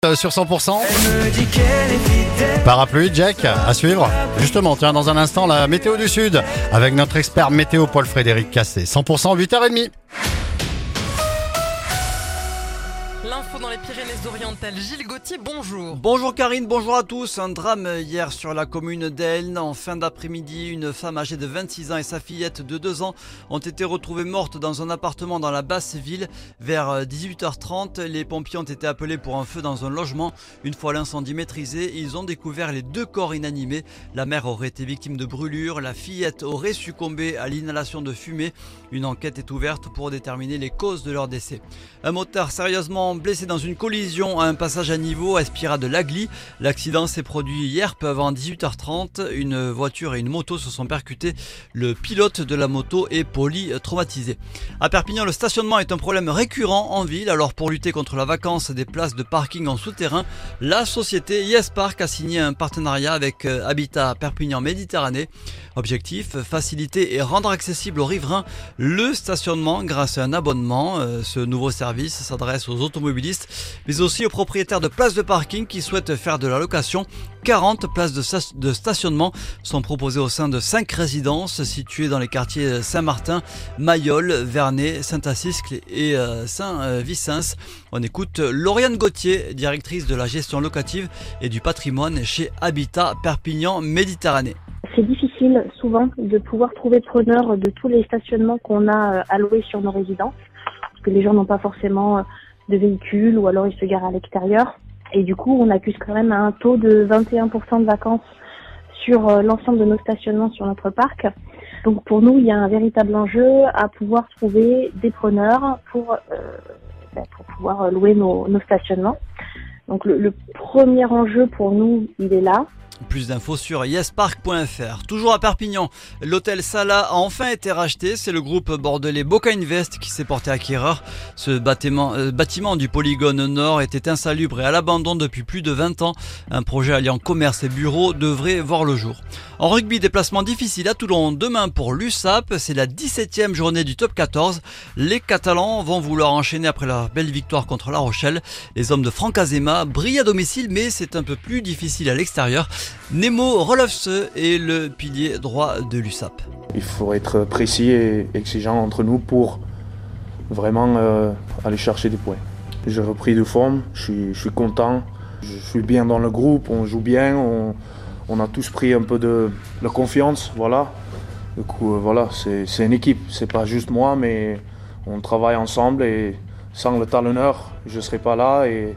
Sur 100%. Parapluie, Jack, à suivre. Justement, tiens, dans un instant, la météo du Sud avec notre expert météo Paul-Frédéric Cassé. 100%, 8h30. L'info dans les Pyrénées-Orientales. Gilles Gauthier, bonjour. Bonjour Karine, bonjour à tous. Un drame hier sur la commune d'Elne. En fin d'après-midi, une femme âgée de 26 ans et sa fillette de 2 ans ont été retrouvées mortes dans un appartement dans la basse ville. Vers 18h30, les pompiers ont été appelés pour un feu dans un logement. Une fois l'incendie maîtrisé, ils ont découvert les 2 corps inanimés. La mère aurait été victime de brûlures, la fillette aurait succombé à l'inhalation de fumée. Une enquête est ouverte pour déterminer les causes de leur décès. Un motard sérieusement blessé dans une collision à un passage à niveau à Espira de Lagly. L'accident s'est produit hier peu avant 18h30. Une voiture et une moto se sont percutées. Le pilote de la moto est polytraumatisé. À Perpignan, le stationnement est un problème récurrent en ville. Alors pour lutter contre la vacance des places de parking en souterrain, la société Yes Park a signé un partenariat avec Habitat Perpignan Méditerranée. Objectif, faciliter et rendre accessible aux riverains le stationnement grâce à un abonnement. Ce nouveau service s'adresse aux automobilistes, mais aussi aux propriétaires de places de parking qui souhaitent faire de la location. 40 places de stationnement sont proposées au sein de 5 résidences situées dans les quartiers Saint-Martin, Mayol, Vernet, Saint-Assiscle et Saint-Vicence. On écoute Lauriane Gauthier, directrice de la gestion locative et du patrimoine chez Habitat Perpignan Méditerranée. C'est difficile souvent de pouvoir trouver preneur de tous les stationnements qu'on a alloués sur nos résidences, parce que les gens n'ont pas forcément de véhicule ou alors ils se garent à l'extérieur. Et du coup, on accuse quand même un taux de 21% de vacances sur l'ensemble de nos stationnements sur notre parc. Donc pour nous, il y a un véritable enjeu à pouvoir trouver des preneurs pour pouvoir louer nos stationnements. Donc le premier enjeu pour nous, il est là. Plus d'infos sur yespark.fr. Toujours à Perpignan, l'hôtel Sala a enfin été racheté. C'est le groupe bordelais Boca Invest qui s'est porté acquéreur. Ce bâtiment du polygone nord était insalubre et à l'abandon depuis plus de 20 ans. Un projet alliant commerce et bureaux devrait voir le jour. En rugby, déplacement difficile à Toulon demain pour l'USAP. C'est la 17e journée du top 14. Les Catalans vont vouloir enchaîner après leur belle victoire contre La Rochelle. Les hommes de Franck Azema brillent à domicile, mais c'est un peu plus difficile à l'extérieur. Nemo Rolofse est le pilier droit de l'USAP. Il faut être précis et exigeant entre nous pour vraiment aller chercher des points. J'ai repris de forme, je suis content, je suis bien dans le groupe, on joue bien, on a tous pris un peu de confiance, voilà. Du coup, voilà, c'est une équipe, c'est pas juste moi, mais on travaille ensemble et sans le talonneur, je ne serais pas là et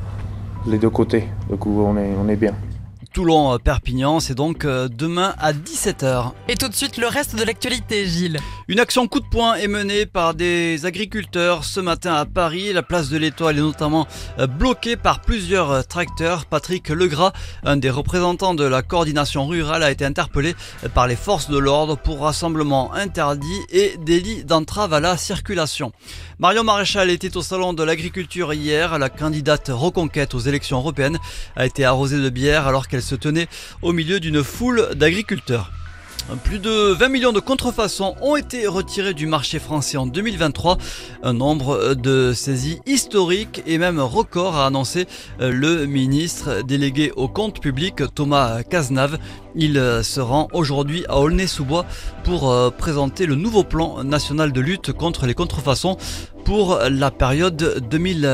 les deux côtés. Du coup, on est bien. Toulon-Perpignan, c'est donc demain à 17h. Et tout de suite, le reste de l'actualité, Gilles. Une action coup de poing est menée par des agriculteurs ce matin à Paris. La place de l'Étoile est notamment bloquée par plusieurs tracteurs. Patrick Legras, un des représentants de la coordination rurale, a été interpellé par les forces de l'ordre pour rassemblement interdit et délit d'entrave à la circulation. Marion Maréchal était au salon de l'agriculture hier. La candidate Reconquête aux élections européennes a été arrosée de bière alors qu'elle se tenait au milieu d'une foule d'agriculteurs. Plus de 20 millions de contrefaçons ont été retirés du marché français en 2023. Un nombre de saisies historiques et même record, a annoncé le ministre délégué au compte public Thomas Cazenave. Il se rend aujourd'hui à Aulnay-sous-Bois pour présenter le nouveau plan national de lutte contre les contrefaçons pour la période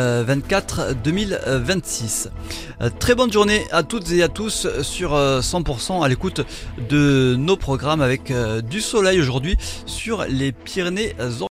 2024-2026. Très bonne journée à toutes et à tous sur 100% à l'écoute de nos programmes avec du soleil aujourd'hui sur les Pyrénées-Orientales.